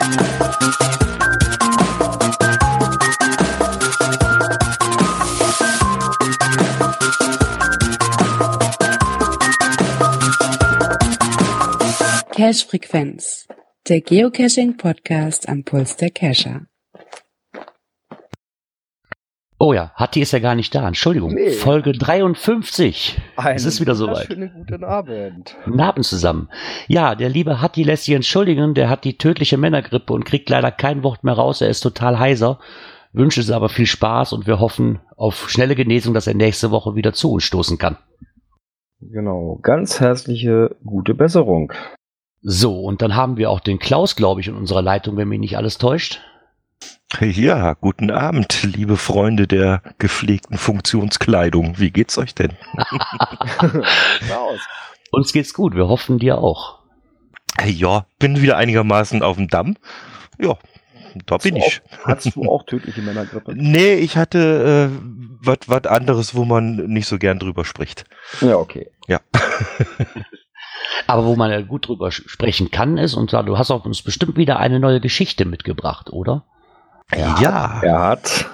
Cache-Frequenz, der Geocaching-Podcast am Puls der Cacher. Oh ja, Hatti ist ja gar nicht da. Entschuldigung. Nee. Folge 53. Es ist wieder soweit. Schönen guten Abend. Guten Abend zusammen. Ja, der liebe Hatti lässt sich entschuldigen. Der hat die tödliche Männergrippe und kriegt leider kein Wort mehr raus. Er ist total heiser. Wünsche es aber viel Spaß und wir hoffen auf schnelle Genesung, dass er nächste Woche wieder zu uns stoßen kann. Genau, ganz herzliche gute Besserung. So, und dann haben wir auch den Klaus, glaube ich, in unserer Leitung, wenn mich nicht alles täuscht. Ja, guten Abend, liebe Freunde der gepflegten Funktionskleidung. Wie geht's euch denn? Klaus. Uns geht's gut, wir hoffen dir auch. Ja, bin wieder einigermaßen auf dem Damm. Ja, da bin ich. Hattest du auch tödliche Männergrippe? Nee, ich hatte was anderes, wo man nicht so gern drüber spricht. Ja, okay. Ja. Aber wo man ja gut drüber sprechen kann, ist, und du hast auch uns bestimmt wieder eine neue Geschichte mitgebracht, oder? Ja. Er hat.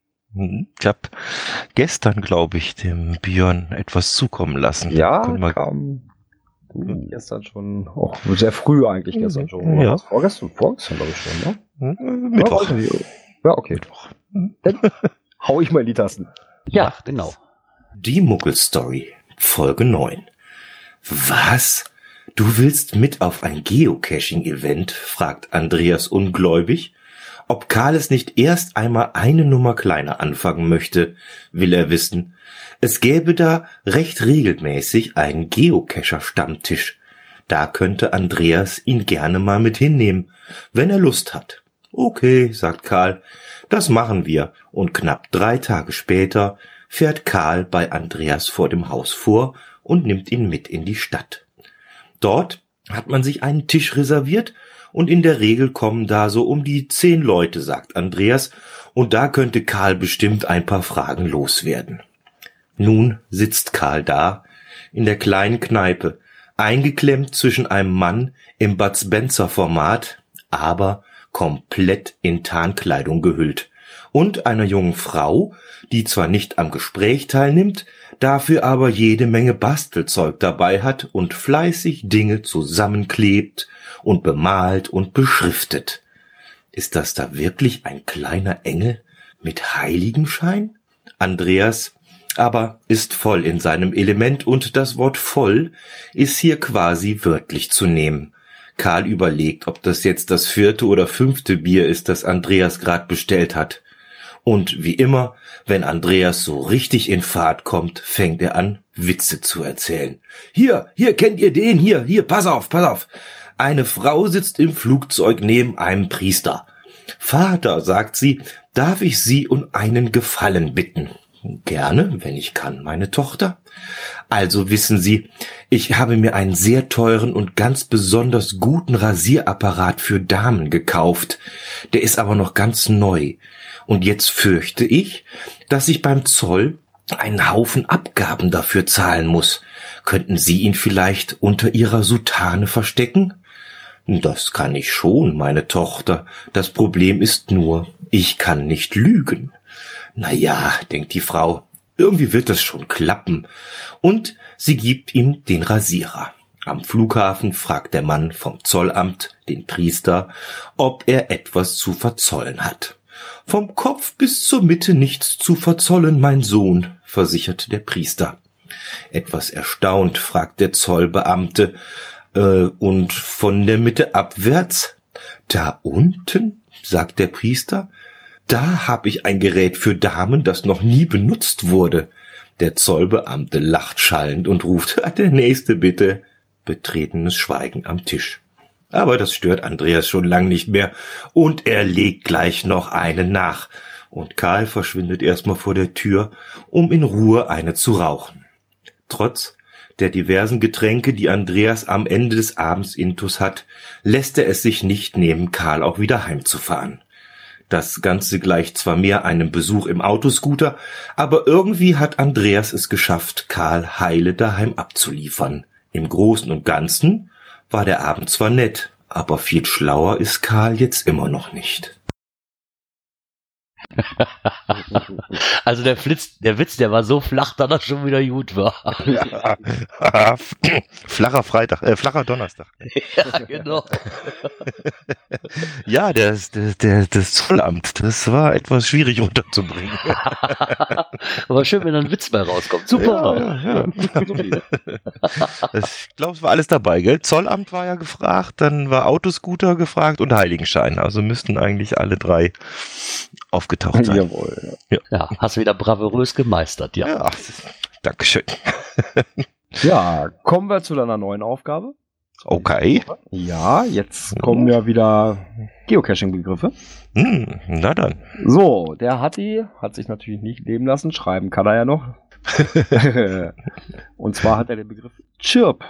Ich habe gestern, glaube ich, dem Björn etwas zukommen lassen. Ja, Können kam gestern schon, auch sehr früh eigentlich gestern schon. Ja. Vorgestern glaube ich schon, ne? Mittwoch. Ja, okay. Mittwoch. Dann hau ich mal in die Tasten. Ja, genau. Die Muggel-Story, Folge 9. Was? Du willst mit auf ein Geocaching-Event? Fragt Andreas ungläubig. Ob Karl es nicht erst einmal eine Nummer kleiner anfangen möchte, will er wissen. Es gäbe da recht regelmäßig einen Geocacher-Stammtisch. Da könnte Andreas ihn gerne mal mit hinnehmen, wenn er Lust hat. Okay, sagt Karl, das machen wir. Und knapp 3 Tage später fährt Karl bei Andreas vor dem Haus vor und nimmt ihn mit in die Stadt. Dort hat man sich einen Tisch reserviert und in der Regel kommen da so um die 10 Leute, sagt Andreas, und da könnte Karl bestimmt ein paar Fragen loswerden. Nun sitzt Karl da, in der kleinen Kneipe, eingeklemmt zwischen einem Mann im Bud Spencer Format, aber komplett in Tarnkleidung gehüllt, und einer jungen Frau, die zwar nicht am Gespräch teilnimmt, dafür aber jede Menge Bastelzeug dabei hat und fleißig Dinge zusammenklebt und bemalt und beschriftet. Ist das da wirklich ein kleiner Engel mit Heiligenschein? Andreas aber ist voll in seinem Element und das Wort voll ist hier quasi wörtlich zu nehmen. Karl überlegt, ob das jetzt das 4. oder 5. Bier ist, das Andreas gerade bestellt hat. Und wie immer, wenn Andreas so richtig in Fahrt kommt, fängt er an, Witze zu erzählen. Hier, kennt ihr den? Hier, pass auf. Eine Frau sitzt im Flugzeug neben einem Priester. Vater, sagt sie, darf ich Sie um einen Gefallen bitten? Gerne, wenn ich kann, meine Tochter. Also wissen Sie, ich habe mir einen sehr teuren und ganz besonders guten Rasierapparat für Damen gekauft. Der ist aber noch ganz neu. Und jetzt fürchte ich, dass ich beim Zoll einen Haufen Abgaben dafür zahlen muss. Könnten Sie ihn vielleicht unter Ihrer Soutane verstecken? Das kann ich schon, meine Tochter. Das Problem ist nur, ich kann nicht lügen. Na ja, denkt die Frau, irgendwie wird das schon klappen. Und sie gibt ihm den Rasierer. Am Flughafen fragt der Mann vom Zollamt den Priester, ob er etwas zu verzollen hat. Vom Kopf bis zur Mitte nichts zu verzollen, mein Sohn, versichert der Priester. Etwas erstaunt fragt der Zollbeamte, und von der Mitte abwärts? Da unten, sagt der Priester, da hab ich ein Gerät für Damen, das noch nie benutzt wurde. Der Zollbeamte lacht schallend und ruft, der Nächste bitte. Betretenes Schweigen am Tisch. Aber das stört Andreas schon lang nicht mehr und er legt gleich noch einen nach. Und Karl verschwindet erstmal vor der Tür, um in Ruhe eine zu rauchen. Trotz der diversen Getränke, die Andreas am Ende des Abends intus hat, lässt er es sich nicht nehmen, Karl auch wieder heimzufahren. Das Ganze gleicht zwar mehr einem Besuch im Autoscooter, aber irgendwie hat Andreas es geschafft, Karl heile daheim abzuliefern. Im Großen und Ganzen war der Abend zwar nett, aber viel schlauer ist Karl jetzt immer noch nicht. Also der Witz, der war so flach, dass er schon wieder gut war. Ja. Flacher Donnerstag. Ja, genau. Ja, das Zollamt, das war etwas schwierig unterzubringen. Aber schön, wenn da ein Witz bei rauskommt. Super. Ja. Ich glaube, es war alles dabei, gell? Zollamt war ja gefragt, dann war Autoscooter gefragt und Heiligenschein. Also müssten eigentlich alle drei aufgetaucht sein. Jawohl. Ja, hast du wieder bravourös gemeistert, ja. Ja, Dankeschön. Ja, kommen wir zu deiner neuen Aufgabe. Okay. Ja, jetzt kommen ja wieder Geocaching-Begriffe. Na dann. So, der Hatti hat sich natürlich nicht leben lassen. Schreiben kann er ja noch. Und zwar hat er den Begriff Chirp.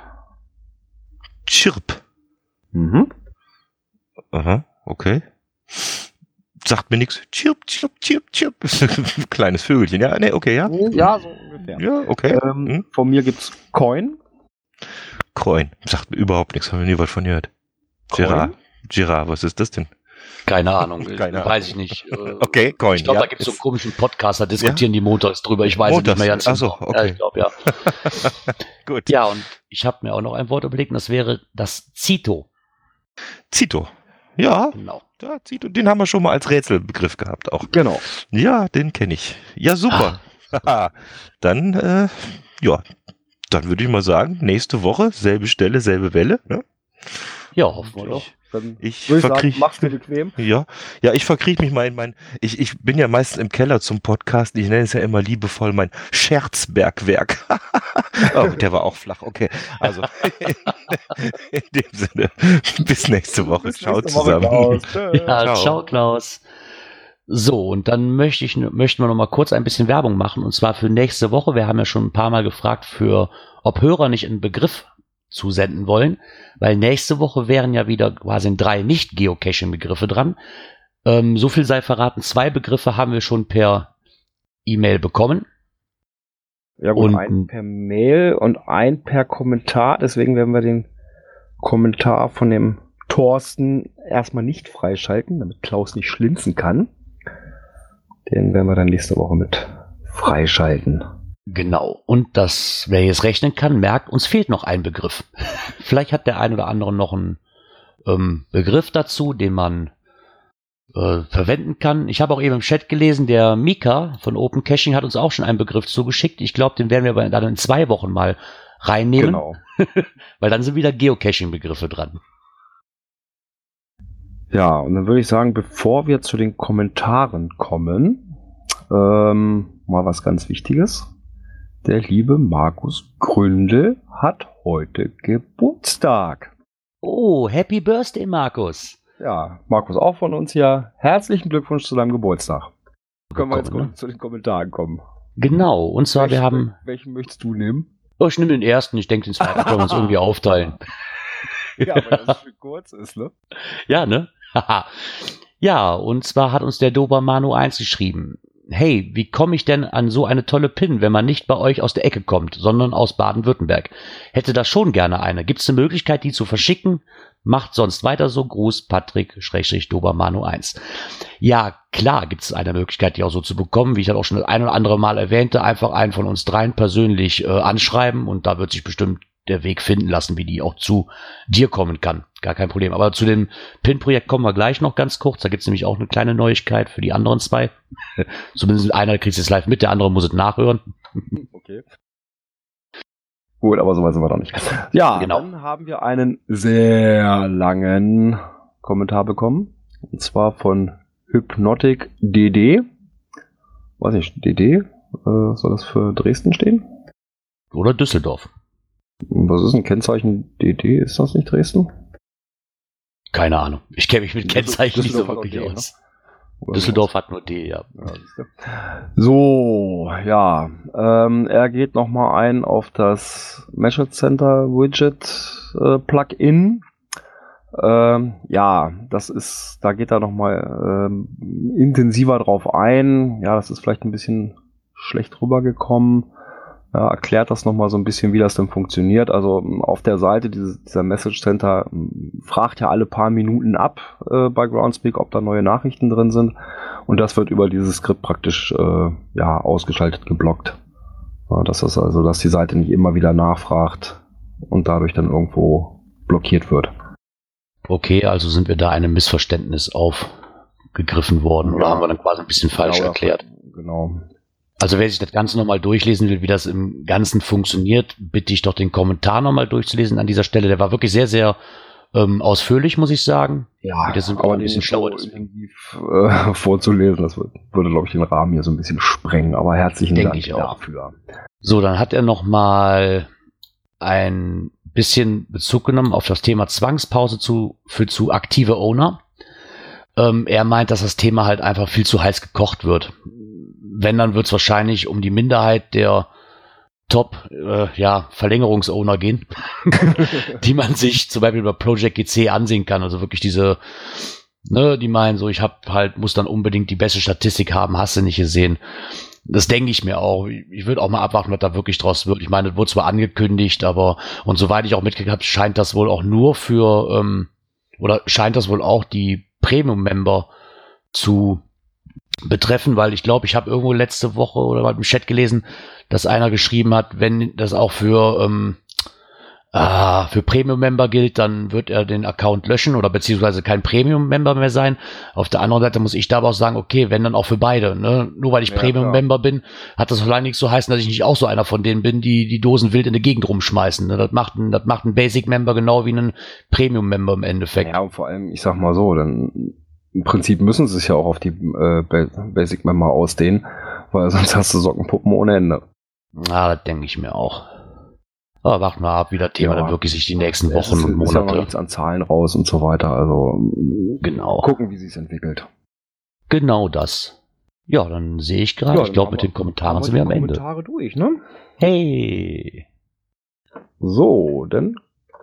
Chirp. Mhm. Aha, okay. Sagt mir nichts. Chirp, chirp, chirp, chirp. Kleines Vögelchen, ja? Nee, okay, ja. Ja, so ungefähr. Ja, okay. Von mir gibt's Coin. Coin. Sagt mir überhaupt nichts, haben wir nie was von gehört. Girard, was ist das denn? Keine Ahnung, Keine weiß ich nicht. Okay, Coin. Ich glaube, da gibt es so einen komischen Podcast, da diskutieren die montags drüber. Ich weiß es nicht mehr ganz genau. Ach so, okay. Ja, ich glaube, ja. Gut. Ja, und ich habe mir auch noch ein Wort überlegt, und das wäre das Zito. Zito. Ja, Genau. ja, Zito, den haben wir schon mal als Rätselbegriff gehabt auch. Genau. Ja, den kenne ich. Ja, super. Dann, dann würde ich mal sagen, nächste Woche, selbe Stelle, selbe Welle. Ne? Ja, hoffen wir doch. Dann Ich würde ich sagen, verkriech, mach's dir bequem. ja, ich verkriech mich mal in mein, ich bin ja meistens im Keller zum Podcast, ich nenne es ja immer liebevoll mein Scherzbergwerk. Oh, der war auch flach, okay. Also, in dem Sinne, bis nächste Woche. Ciao zusammen. Ja, ciao Klaus. So, und dann möchten wir noch mal kurz ein bisschen Werbung machen, und zwar für nächste Woche. Wir haben ja schon ein paar Mal gefragt, ob Hörer nicht einen Begriff zusenden wollen, weil nächste Woche wären ja wieder quasi 3 Nicht-Geocaching-Begriffe dran. So viel sei verraten, 2 Begriffe haben wir schon per E-Mail bekommen. Ja gut, Und einen per Mail und einen per Kommentar. Deswegen werden wir den Kommentar von dem Thorsten erstmal nicht freischalten, damit Klaus nicht schlinzen kann. Den werden wir dann nächste Woche mit freischalten. Genau. Und das, wer jetzt rechnen kann, merkt, uns fehlt noch ein Begriff. Vielleicht hat der ein oder andere noch einen Begriff dazu, den man verwenden kann. Ich habe auch eben im Chat gelesen, der Mika von Open Caching hat uns auch schon einen Begriff zugeschickt. Ich glaube, den werden wir aber dann in 2 Wochen mal reinnehmen. Genau. Weil dann sind wieder Geocaching-Begriffe dran. Ja, und dann würde ich sagen, bevor wir zu den Kommentaren kommen, mal was ganz Wichtiges. Der liebe Markus Gründel hat heute Geburtstag. Oh, Happy Birthday, Markus. Ja, Markus auch von uns hier. Herzlichen Glückwunsch zu deinem Geburtstag. Können wir jetzt Ne? zu den Kommentaren kommen. Genau, und zwar Welchen möchtest du nehmen? Oh, ich nehme den ersten, ich denke, den zweiten können wir uns irgendwie aufteilen. Ja, weil das schön kurz ist, ne? Ja, ne? Ja, und zwar hat uns der Dobermano 1 geschrieben. Hey, wie komme ich denn an so eine tolle PIN, wenn man nicht bei euch aus der Ecke kommt, sondern aus Baden-Württemberg? Hätte da schon gerne eine. Gibt es eine Möglichkeit, die zu verschicken? Macht sonst weiter so. Gruß, Patrick-Dobermano 1. Ja, klar gibt es eine Möglichkeit, die auch so zu bekommen. Wie ich das auch schon das ein oder andere Mal erwähnte, einfach einen von uns dreien persönlich anschreiben, und da wird sich bestimmt der Weg finden lassen, wie die auch zu dir kommen kann. Gar kein Problem. Aber zu dem PIN-Projekt kommen wir gleich noch ganz kurz. Da gibt es nämlich auch eine kleine Neuigkeit für die anderen 2. Zumindest einer kriegt es jetzt live mit, der andere muss es nachhören. Okay. Gut, aber so weit sind wir doch nicht. Ja, Genau. Dann haben wir einen sehr langen Kommentar bekommen. Und zwar von Hypnotic DD. Weiß nicht, DD? Soll das für Dresden stehen? Oder Düsseldorf. Was ist ein Kennzeichen DD? Ist das nicht Dresden? Keine Ahnung. Ich kenne mich mit Kennzeichen nicht so Düsseldorf hat wirklich auch D, aus. Oder Düsseldorf hat nur D, ja. Ja, siehste. So, ja. Er geht nochmal ein auf das Measure Center Widget Plugin. Ja, da geht er nochmal intensiver drauf ein. Ja, das ist vielleicht ein bisschen schlecht rübergekommen. erklärt das nochmal so ein bisschen, wie das denn funktioniert. Also auf der Seite dieser Message Center fragt ja alle paar Minuten ab bei Groundspeak, ob da neue Nachrichten drin sind. Und das wird über dieses Skript praktisch ausgeschaltet, geblockt. Ja, das ist also, dass die Seite nicht immer wieder nachfragt und dadurch dann irgendwo blockiert wird. Okay, also sind wir da einem Missverständnis aufgegriffen worden oder haben wir dann quasi ein bisschen falsch erklärt? Genau. Also wer sich das Ganze nochmal durchlesen will, wie das im Ganzen funktioniert, bitte ich doch den Kommentar nochmal durchzulesen an dieser Stelle. Der war wirklich sehr, sehr ausführlich, muss ich sagen. Ja, aber ein bisschen schlauer vorzulesen, das würde, glaube ich, den Rahmen hier so ein bisschen sprengen. Aber herzlichen Dank dafür. So, dann hat er nochmal ein bisschen Bezug genommen auf das Thema Zwangspause zu aktive Owner. Er meint, dass das Thema halt einfach viel zu heiß gekocht wird. Wenn, dann wird es wahrscheinlich um die Minderheit der Verlängerungsowner gehen, die man sich zum Beispiel über Project GC ansehen kann. Also wirklich diese, die meinen so, muss dann unbedingt die beste Statistik haben, hast du nicht gesehen. Das denke ich mir auch. Ich würde auch mal abwarten, was da wirklich draus wird. Ich meine, das wurde zwar angekündigt, aber, und soweit ich auch mitgekriegt habe, scheint das wohl auch nur scheint das wohl auch die Premium-Member zu betreffen, weil ich glaube, ich habe irgendwo letzte Woche oder mal im Chat gelesen, dass einer geschrieben hat, wenn das auch für Premium-Member gilt, dann wird er den Account löschen oder beziehungsweise kein Premium-Member mehr sein. Auf der anderen Seite muss ich da aber auch sagen, okay, wenn dann auch für beide. Ne? Nur weil ich Premium-Member bin, hat das allein nichts so heißen, dass ich nicht auch so einer von denen bin, die Dosen wild in die Gegend rumschmeißen. Ne? Das macht ein Basic-Member genau wie ein Premium-Member im Endeffekt. Ja, und vor allem, ich sag mal so, dann im Prinzip müssen sie es ja auch auf die Basic-Member ausdehnen, weil sonst hast du Sockenpuppen ohne Ende. Ja, das denke ich mir auch. Aber warten wir ab, wie das Thema dann wirklich sich die nächsten Wochen und Monate... Es ist ja noch nichts an Zahlen raus und so weiter, also genau. Gucken, wie sich es entwickelt. Genau das. Ja, dann sehe ich gerade, ich glaube, mit den Kommentaren sind wir am Ende. Kommentare durch, ne? Hey! So, denn...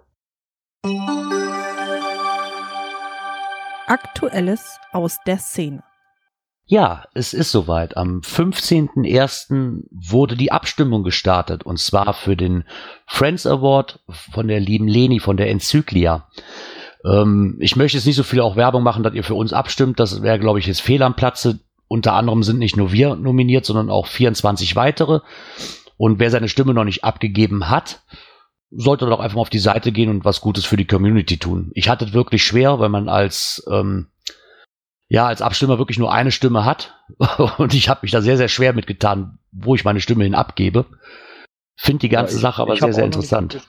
Aktuelles aus der Szene. Ja, es ist soweit. Am 15.01. wurde die Abstimmung gestartet und zwar für den Friends Award von der lieben Leni von der Enzyklia. Ich möchte jetzt nicht so viel auch Werbung machen, dass ihr für uns abstimmt. Das wäre, glaube ich, jetzt fehl am Platze. Unter anderem sind nicht nur wir nominiert, sondern auch 24 weitere. Und wer seine Stimme noch nicht abgegeben hat, sollte doch einfach mal auf die Seite gehen und was Gutes für die Community tun. Ich hatte es wirklich schwer, weil man als Abstimmer wirklich nur eine Stimme hat. Und ich habe mich da sehr, sehr schwer mitgetan, wo ich meine Stimme hin abgebe. Finde die ganze Sache aber sehr, sehr interessant.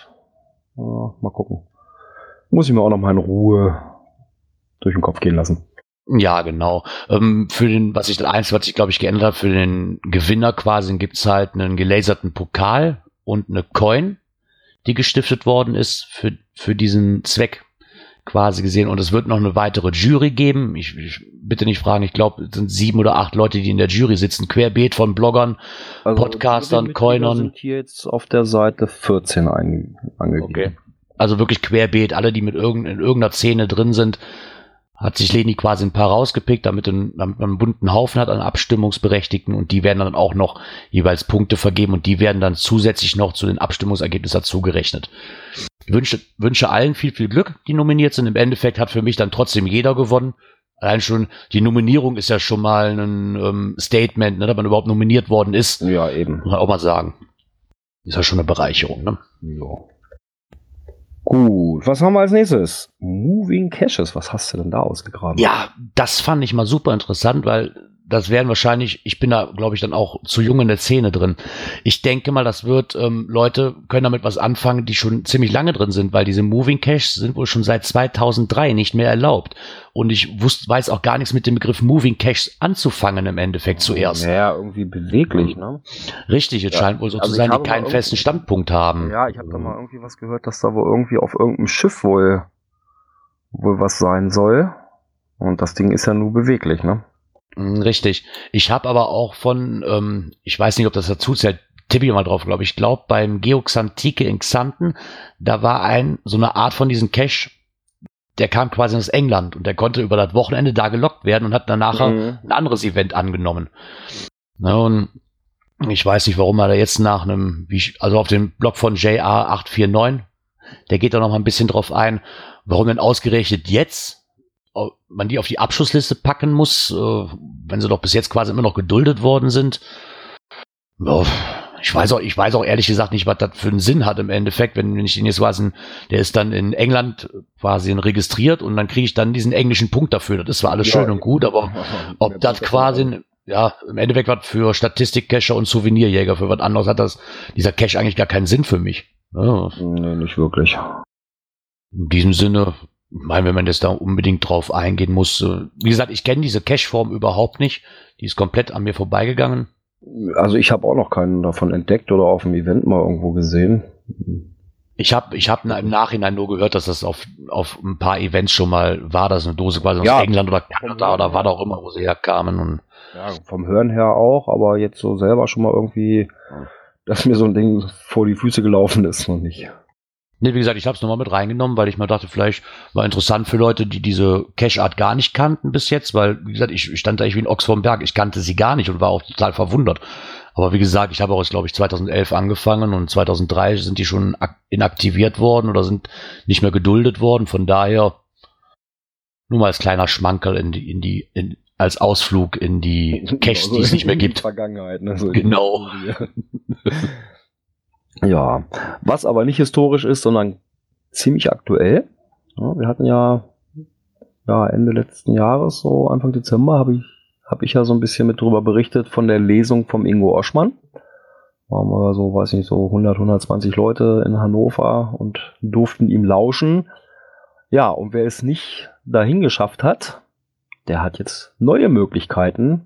Mal gucken. Muss ich mir auch noch mal in Ruhe durch den Kopf gehen lassen. Ja, genau. Für den, was ich glaube ich geändert habe, für den Gewinner quasi gibt es halt einen gelaserten Pokal und eine Coin, die gestiftet worden ist für diesen Zweck quasi gesehen. Und es wird noch eine weitere Jury geben. Ich bitte nicht fragen, ich glaube, es sind 7 oder 8 Leute, die in der Jury sitzen. Querbeet von Bloggern, also Podcastern, Coinern. Sind hier jetzt auf der Seite 14 angegeben. Okay. Also wirklich querbeet, alle, die in irgendeiner Szene drin sind, hat sich Leni quasi ein paar rausgepickt, damit man einen bunten Haufen hat an Abstimmungsberechtigten und die werden dann auch noch jeweils Punkte vergeben und die werden dann zusätzlich noch zu den Abstimmungsergebnissen dazugerechnet. Ich wünsche allen viel, viel Glück, die nominiert sind. Im Endeffekt hat für mich dann trotzdem jeder gewonnen. Allein schon die Nominierung ist ja schon mal ein Statement, ne, dass man überhaupt nominiert worden ist. Ja, eben. Muss man auch mal sagen. Ist ja schon eine Bereicherung, ne? Ja. Gut, was haben wir als nächstes? Moving Caches, was hast du denn da ausgegraben? Ja, das fand ich mal super interessant, weil das werden wahrscheinlich, ich bin da, glaube ich, dann auch zu jung in der Szene drin. Ich denke mal, das wird, Leute können damit was anfangen, die schon ziemlich lange drin sind, weil diese Moving Caches sind wohl schon seit 2003 nicht mehr erlaubt. Und ich weiß auch gar nichts mit dem Begriff Moving Caches anzufangen im Endeffekt zuerst. Ja, irgendwie beweglich, ne? Richtig, es scheint wohl so zu sein, die keinen festen Standpunkt haben. Ja, ich habe da mal irgendwie was gehört, dass da wohl irgendwie auf irgendeinem Schiff wohl was sein soll. Und das Ding ist ja nur beweglich, ne? Richtig. Ich habe aber auch von, ich weiß nicht, ob das dazu zählt, tippe ich mal drauf, glaube ich. Ich glaube, beim Geoxantike in Xanten, da war so eine Art von diesem Cache, der kam quasi aus England und der konnte über das Wochenende da gelockt werden und hat danach ein anderes Event angenommen. Na, und Ich weiß nicht, warum er da jetzt nach also auf dem Blog von JR849, der geht da noch mal ein bisschen drauf ein, warum denn ausgerechnet jetzt man die auf die Abschussliste packen muss, wenn sie doch bis jetzt quasi immer noch geduldet worden sind. Ja, ich weiß auch ehrlich gesagt nicht, was das für einen Sinn hat im Endeffekt, wenn ich den jetzt quasi, der ist dann in England quasi registriert und dann kriege ich dann diesen englischen Punkt dafür. Das ist zwar alles schön und gut, aber ob das quasi, ja, im Endeffekt was für Statistikcacher und Souvenirjäger, für was anderes hat dieser Cache eigentlich gar keinen Sinn für mich. Ja. Nee, nicht wirklich. In diesem Sinne, ich meine, wenn man das da unbedingt drauf eingehen muss, wie gesagt, ich kenne diese Cache-Form überhaupt nicht. Die ist komplett an mir vorbeigegangen. Also ich habe auch noch keinen davon entdeckt oder auf dem Event mal irgendwo gesehen. Ich hab im Nachhinein nur gehört, dass das auf ein paar Events schon mal war, dass eine Dose quasi aus England oder Kanada oder was auch immer, wo sie herkamen. Und ja, vom Hören her auch, aber jetzt so selber schon mal irgendwie, dass mir so ein Ding vor die Füße gelaufen ist, noch nicht. Ne, wie gesagt, ich habe es nochmal mit reingenommen, weil ich mir dachte, vielleicht war interessant für Leute, die diese Cache-Art gar nicht kannten bis jetzt, weil, wie gesagt, ich stand da wie ein Ochs vorm Berg. Ich kannte sie gar nicht und war auch total verwundert. Aber wie gesagt, ich habe auch, glaube ich, 2011 angefangen und 2003 sind die schon inaktiviert worden oder sind nicht mehr geduldet worden. Von daher nur mal als kleiner Schmankerl als Ausflug in die Caches, die es nicht mehr gibt. Vergangenheit, ne? So genau. Ja, was aber nicht historisch ist, sondern ziemlich aktuell. Ja, wir hatten ja Ende letzten Jahres, so Anfang Dezember, habe ich ja so ein bisschen mit drüber berichtet von der Lesung vom Ingo Oschmann. Waren wir so, weiß nicht, so 120 Leute in Hannover und durften ihm lauschen. Ja, und wer es nicht dahin geschafft hat, der hat jetzt neue Möglichkeiten,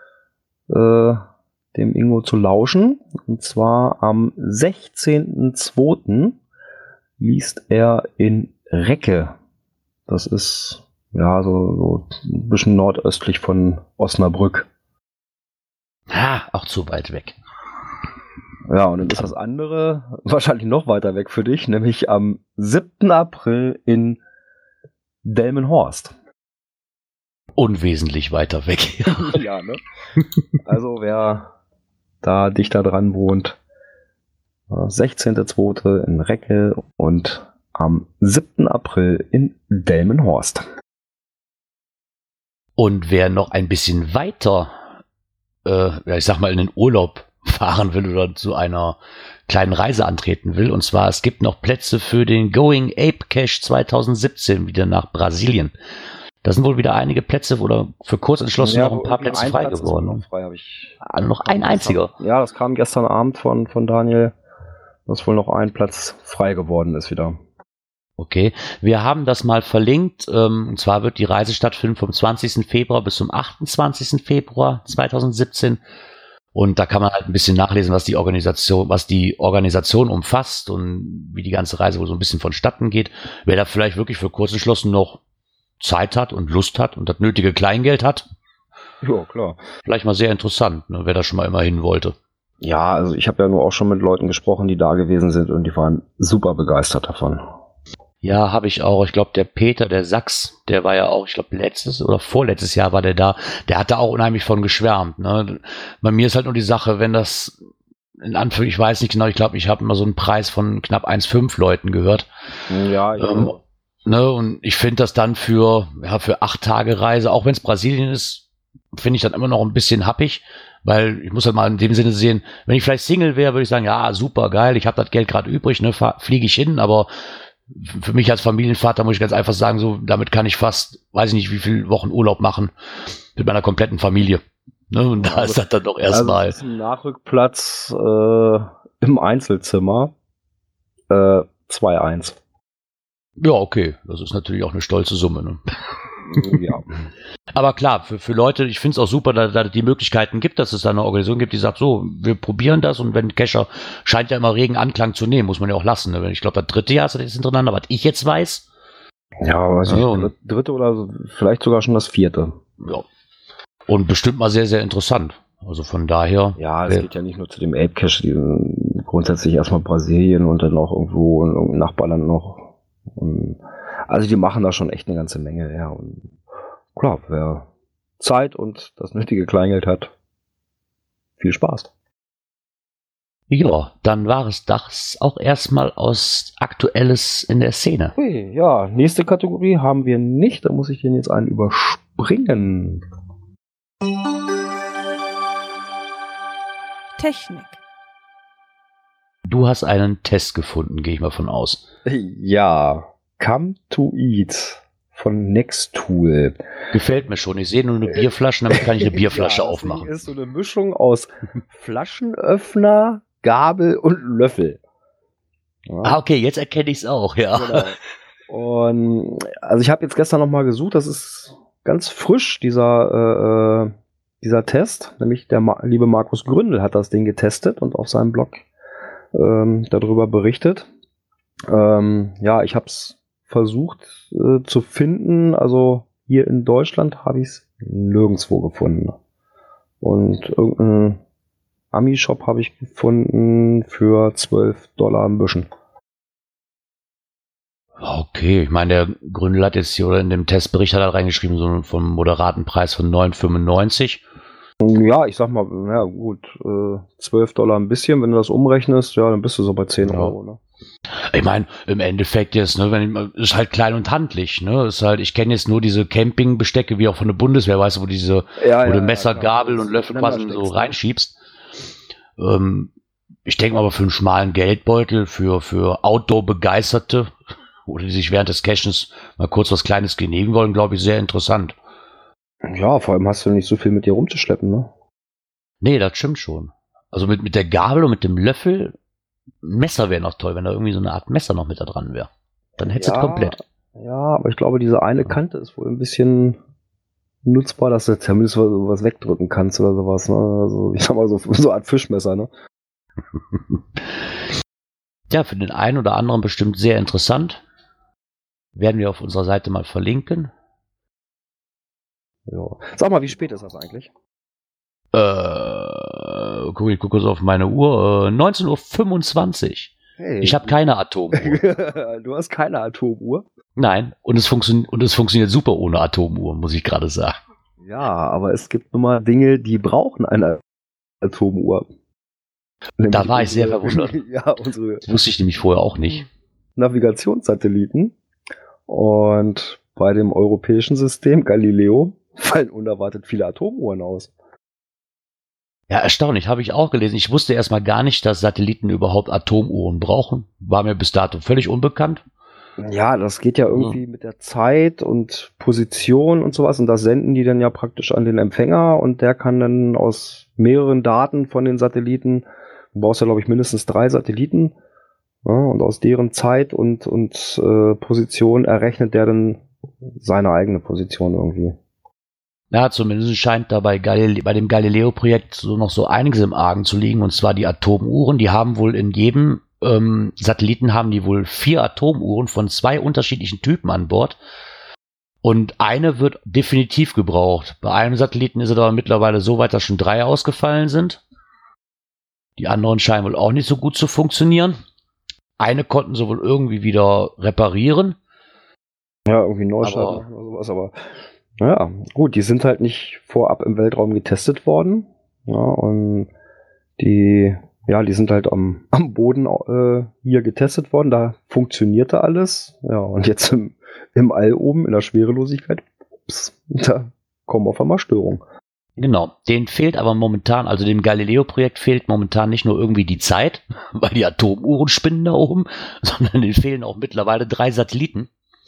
dem Ingo zu lauschen. Und zwar am 16.02. liest er in Recke. Das ist ja so ein bisschen nordöstlich von Osnabrück. Auch zu weit weg. Ja, und dann ist das andere wahrscheinlich noch weiter weg für dich, nämlich am 7. April in Delmenhorst. Unwesentlich weiter weg. Ja, ne? Also wer da dichter dran wohnt, 16.02. in Recke und am 7. April in Delmenhorst. Und wer noch ein bisschen weiter, ich sag mal, in den Urlaub fahren will oder zu einer kleinen Reise antreten will, und zwar, es gibt noch Plätze für den Going Ape Cache 2017 wieder nach Brasilien. Da sind wohl wieder einige Plätze oder für kurz entschlossen noch ein paar Plätze frei geworden. Noch ein einziger. Ja, das kam gestern Abend von Daniel, dass wohl noch ein Platz frei geworden ist wieder. Okay, wir haben das mal verlinkt. Und zwar wird die Reise stattfinden vom 20. Februar bis zum 28. Februar 2017. Und da kann man halt ein bisschen nachlesen, was die Organisation umfasst und wie die ganze Reise wohl so ein bisschen vonstatten geht. Wer da vielleicht wirklich für kurz entschlossen noch Zeit hat und Lust hat und das nötige Kleingeld hat. Ja, klar. Vielleicht mal sehr interessant, ne, wer da schon mal immer hin wollte. Ja, also ich habe ja nur auch schon mit Leuten gesprochen, die da gewesen sind und die waren super begeistert davon. Ja, habe ich auch. Ich glaube, der Peter, der Sachs, der war ja auch, ich glaube, letztes oder vorletztes Jahr war der da. Der hat da auch unheimlich von geschwärmt. Ne? Bei mir ist halt nur die Sache, wenn das, in Anführungszeichen, ich weiß nicht genau, ich glaube, ich habe immer so einen Preis von knapp 1,5 Leuten gehört. Ja, ne, und ich finde das dann für 8 Tage Reise, auch wenn es Brasilien ist, finde ich dann immer noch ein bisschen happig, weil ich muss halt mal in dem Sinne sehen, wenn ich vielleicht Single wäre, würde ich sagen, ja, super geil, ich habe das Geld gerade übrig, ne, fliege ich hin, aber für mich als Familienvater muss ich ganz einfach sagen, so, damit kann ich fast, weiß ich nicht, wie viele Wochen Urlaub machen mit meiner kompletten Familie. Ne, und da ist das dann doch erstmal. Also ein Nachrückplatz im Einzelzimmer 2,1. Ja, okay, das ist natürlich auch eine stolze Summe. Ne? Ja. Aber klar, für Leute, ich finde es auch super, dass es die Möglichkeiten gibt, dass es da eine Organisation gibt, die sagt, so, wir probieren das, und wenn Cacher scheint ja immer regen Anklang zu nehmen, muss man ja auch lassen. Ne? Ich glaube, das 3. Jahr ist das jetzt hintereinander, was ich jetzt weiß. Ja, weiß ich, 3. oder vielleicht sogar schon das 4. Ja. Und bestimmt mal sehr, sehr interessant. Also von daher. Ja, es geht ja nicht nur zu dem Ape Cache, grundsätzlich erstmal Brasilien und dann auch irgendwo in irgendeinem Nachbarland noch. Also die machen da schon echt eine ganze Menge, ja. Und klar, wer Zeit und das nötige Kleingeld hat, viel Spaß. Ja, dann war es das auch erstmal aus Aktuelles in der Szene. Ui, ja, nächste Kategorie haben wir nicht. Da muss ich den jetzt einen überspringen. Technik. Du hast einen Test gefunden, gehe ich mal von aus. Ja, Come to Eat von Nextool. Gefällt mir schon. Ich sehe nur eine Bierflasche, damit kann ich eine Bierflasche Ja, das aufmachen. Ding ist so eine Mischung aus Flaschenöffner, Gabel und Löffel. Ja. Ah, okay, jetzt erkenne ich es auch, ja. Genau. Und also ich habe jetzt gestern noch mal gesucht, das ist ganz frisch, dieser Test, nämlich der liebe Markus Gründel hat das Ding getestet und auf seinem Blog darüber berichtet. Ja, ich habe es versucht zu finden, also hier in Deutschland habe ich es nirgendwo gefunden. Und irgendeinen Ami-Shop habe ich gefunden für $12 ein bisschen. Okay, ich meine, der Gründel hat jetzt hier oder in dem Testbericht hat er reingeschrieben, so vom moderaten Preis von 9,95. Ja, ich sag mal, ja gut, $12 ein bisschen, wenn du das umrechnest, ja, dann bist du so bei 10 Euro, ne? Ich meine, im Endeffekt jetzt, ne, ist halt klein und handlich, ne? Ist halt, ich kenne jetzt nur diese Campingbestecke, wie auch von der Bundeswehr, weißt du, wo du Messer, Gabel und Löffel quasi so reinschiebst. Ich denke mal, aber für einen schmalen Geldbeutel, für Outdoor-Begeisterte, oder die sich während des Cachens mal kurz was Kleines genehmigen wollen, glaube ich, sehr interessant. Ja, vor allem hast du nicht so viel mit dir rumzuschleppen, ne? Nee, das stimmt schon. Also mit der Gabel und mit dem Löffel, ein Messer wäre noch toll, wenn da irgendwie so eine Art Messer noch mit da dran wäre. Dann hättest du es komplett. Ja, aber ich glaube, diese eine Kante ist wohl ein bisschen nutzbar, dass du zumindest was wegdrücken kannst oder sowas, ne? Also, ich sag mal, so eine Art Fischmesser, ne? Ja, für den einen oder anderen bestimmt sehr interessant. Werden wir auf unserer Seite mal verlinken. Ja. Sag mal, wie spät ist das eigentlich? Ich gucke kurz auf meine Uhr. 19:25 Uhr. Hey, Ich habe keine Atomuhr. Du hast keine Atomuhr? Nein, und es funktioniert super ohne Atomuhr, muss ich gerade sagen. Ja, aber es gibt nun mal Dinge, die brauchen eine Atomuhr. Da war ich sehr verwundert. Ja, unsere Das wusste ich nämlich vorher auch nicht. Navigationssatelliten. Und bei dem europäischen System Galileo fallen unerwartet viele Atomuhren aus. Ja, erstaunlich, habe ich auch gelesen. Ich wusste erstmal gar nicht, dass Satelliten überhaupt Atomuhren brauchen. War mir bis dato völlig unbekannt. Ja, das geht ja irgendwie mit der Zeit und Position und sowas. Und das senden die dann ja praktisch an den Empfänger. Und der kann dann aus mehreren Daten von den Satelliten, du brauchst ja, glaube ich, mindestens 3 Satelliten. Ja, und aus deren Zeit und Position errechnet der dann seine eigene Position irgendwie. Ja, zumindest scheint da bei dem Galileo-Projekt so noch so einiges im Argen zu liegen. Und zwar die Atomuhren. Die haben wohl in jedem Satelliten haben die wohl 4 Atomuhren von 2 unterschiedlichen Typen an Bord. Und eine wird definitiv gebraucht. Bei einem Satelliten ist es aber mittlerweile so weit, dass schon 3 ausgefallen sind. Die anderen scheinen wohl auch nicht so gut zu funktionieren. Eine konnten sie wohl irgendwie wieder reparieren. Ja, irgendwie Neustart machen oder sowas, aber ja, gut, die sind halt nicht vorab im Weltraum getestet worden. Ja, und die sind halt am Boden hier getestet worden, da funktionierte alles. Ja, und jetzt im All oben, in der Schwerelosigkeit, da kommen auf einmal Störungen. Genau, denen fehlt aber momentan, also dem Galileo-Projekt fehlt momentan nicht nur irgendwie die Zeit, weil die Atomuhren spinnen da oben, sondern denen fehlen auch mittlerweile 3 Satelliten.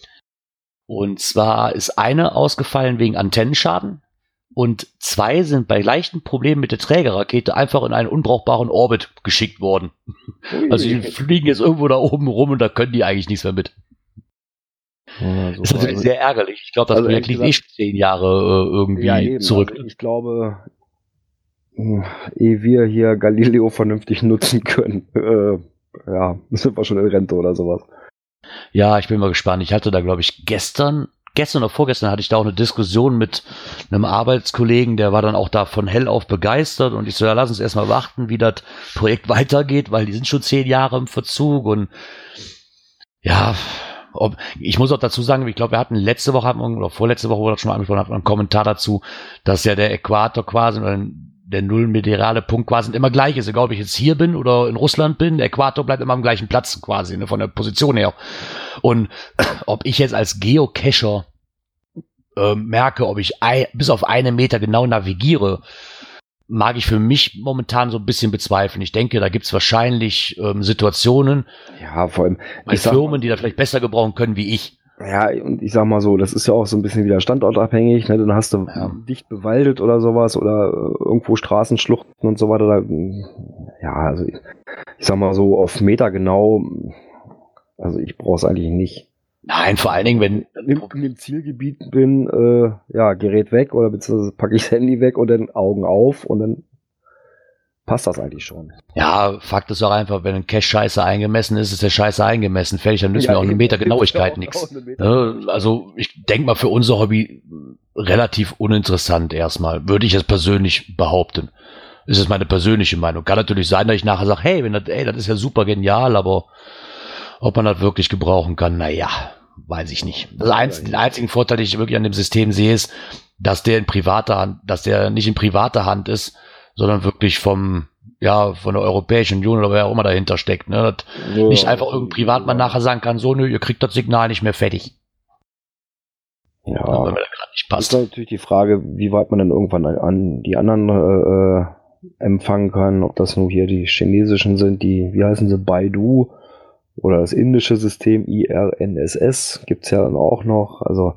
Und zwar ist eine ausgefallen wegen Antennenschaden und 2 sind bei leichten Problemen mit der Trägerrakete einfach in einen unbrauchbaren Orbit geschickt worden. Also die fliegen jetzt irgendwo da oben rum und da können die eigentlich nichts mehr mit. Ja, das ist natürlich sehr ärgerlich. Ich glaube, das Projekt liegt schon 10 Jahre irgendwie zurück. Also ich glaube, ehe wir hier Galileo vernünftig nutzen können, sind wir schon in Rente oder sowas. Ja, ich bin mal gespannt. Ich hatte da, glaube ich, gestern oder vorgestern hatte ich da auch eine Diskussion mit einem Arbeitskollegen, der war dann auch da von hellauf begeistert und ich so, ja, lass uns erstmal warten, wie das Projekt weitergeht, weil die sind schon 10 Jahre im Verzug und ja, ich muss auch dazu sagen, ich glaube, wir hatten vorletzte Woche, wurde das schon mal angesprochen, einen Kommentar dazu, dass ja der Äquator quasi, der nullmediale Punkt quasi immer gleich ist. Egal, ob ich jetzt hier bin oder in Russland bin, der Äquator bleibt immer am gleichen Platz quasi, ne, von der Position her. Und ob ich jetzt als Geocacher merke, ob ich bis auf 1 Meter genau navigiere, mag ich für mich momentan so ein bisschen bezweifeln. Ich denke, da gibt es wahrscheinlich Situationen Ja, vor allem bei Firmen, die da vielleicht besser gebrauchen können wie ich. Ja, und ich sag mal so, das ist ja auch so ein bisschen wieder standortabhängig, ne? Dann hast du dicht bewaldet oder sowas oder irgendwo Straßenschluchten und so weiter. Ja, also ich sag mal so auf Meter genau, also ich brauche es eigentlich nicht. Nein, vor allen Dingen, wenn In dem Zielgebiet bin, Gerät weg oder beziehungsweise packe ich das Handy weg und dann Augen auf und dann passt das eigentlich schon. ja, Fakt ist auch einfach, wenn ein Cache scheiße eingemessen ist, ist der scheiße eingemessen. Fertig, dann nützt mir auch eine Meter Genauigkeit nichts. Also ich denke mal für unser Hobby relativ uninteressant erstmal, würde ich es persönlich behaupten. Ist es meine persönliche Meinung. Kann natürlich sein, dass ich nachher sage, hey, das ist ja super genial, aber ob man das wirklich gebrauchen kann, naja, weiß ich nicht. Den einzigen Vorteil, den ich wirklich an dem System sehe, ist, dass der nicht in privater Hand ist, sondern wirklich von der Europäischen Union oder wer auch immer dahinter steckt. Ne? Nicht einfach irgendein Privatmann nachher sagen kann, so, nö, ihr kriegt das Signal nicht mehr fertig. Ja, Wenn mir das gerade nicht das passt. ist natürlich die Frage, wie weit man dann irgendwann an die anderen empfangen kann, ob das nur hier die chinesischen sind, wie heißen sie, Baidu oder das indische System IRNSS gibt's ja dann auch noch, also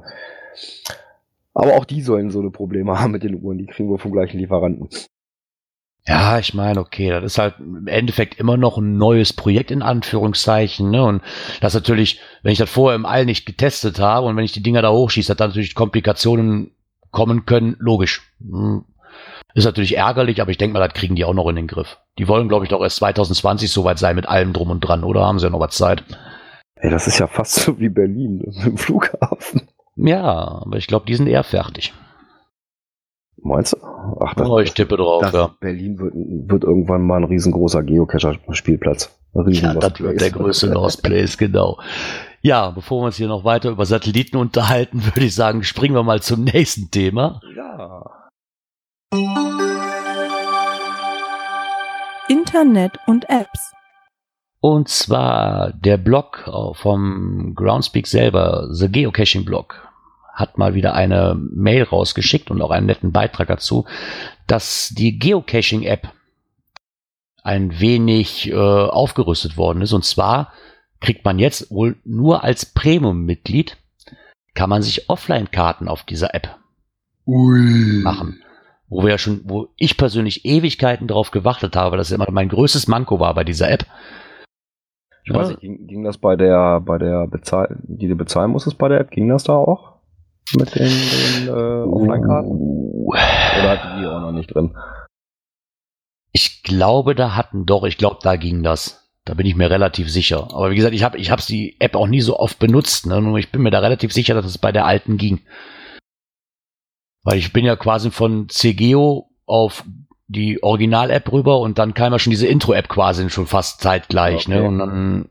aber auch die sollen so eine Probleme haben mit den Uhren, die kriegen wir vom gleichen Lieferanten. Ja, ich meine, okay, das ist halt im Endeffekt immer noch ein neues Projekt in Anführungszeichen, ne? Und das natürlich, wenn ich das vorher im All nicht getestet habe und wenn ich die Dinger da hochschieße, dass da natürlich Komplikationen kommen können, logisch. Ist natürlich ärgerlich, aber ich denke mal, das kriegen die auch noch in den Griff. Die wollen, glaube ich, doch erst 2020 soweit sein mit allem drum und dran, oder? Haben sie ja noch was Zeit? Ey, das ist ja fast so wie Berlin mit dem Flughafen. Ja, aber ich glaube, die sind eher fertig. Meinst du? Ach, Ich tippe drauf, ja. Berlin wird irgendwann mal ein riesengroßer Geocacher-Spielplatz. Ja, das wird der größte Lost Place, genau. Ja, bevor wir uns hier noch weiter über Satelliten unterhalten, würde ich sagen, springen wir mal zum nächsten Thema. Ja. Internet und Apps. Und zwar der Blog vom Groundspeak selber, The Geocaching Blog, hat mal wieder eine Mail rausgeschickt und auch einen netten Beitrag dazu, dass die Geocaching-App ein wenig aufgerüstet worden ist. Und zwar kriegt man jetzt wohl nur als Premium-Mitglied, kann man sich Offline-Karten auf dieser App machen. Wo ich persönlich Ewigkeiten drauf gewartet habe, weil das immer mein größtes Manko war bei dieser App. Ich weiß nicht, ging das bei der die du bezahlen musstest bei der App, ging das da auch? Mit den Offline-Karten? Oder hatten die auch noch nicht drin? Ich glaube, da ging das. Da bin ich mir relativ sicher. Aber wie gesagt, ich habe die App auch nie so oft benutzt. Ne? Nur ich bin mir da relativ sicher, dass es bei der alten ging. Weil ich bin ja quasi von CGO auf die Original-App rüber und dann kam ja schon diese Intro-App quasi schon fast zeitgleich. Okay. Ne? Und dann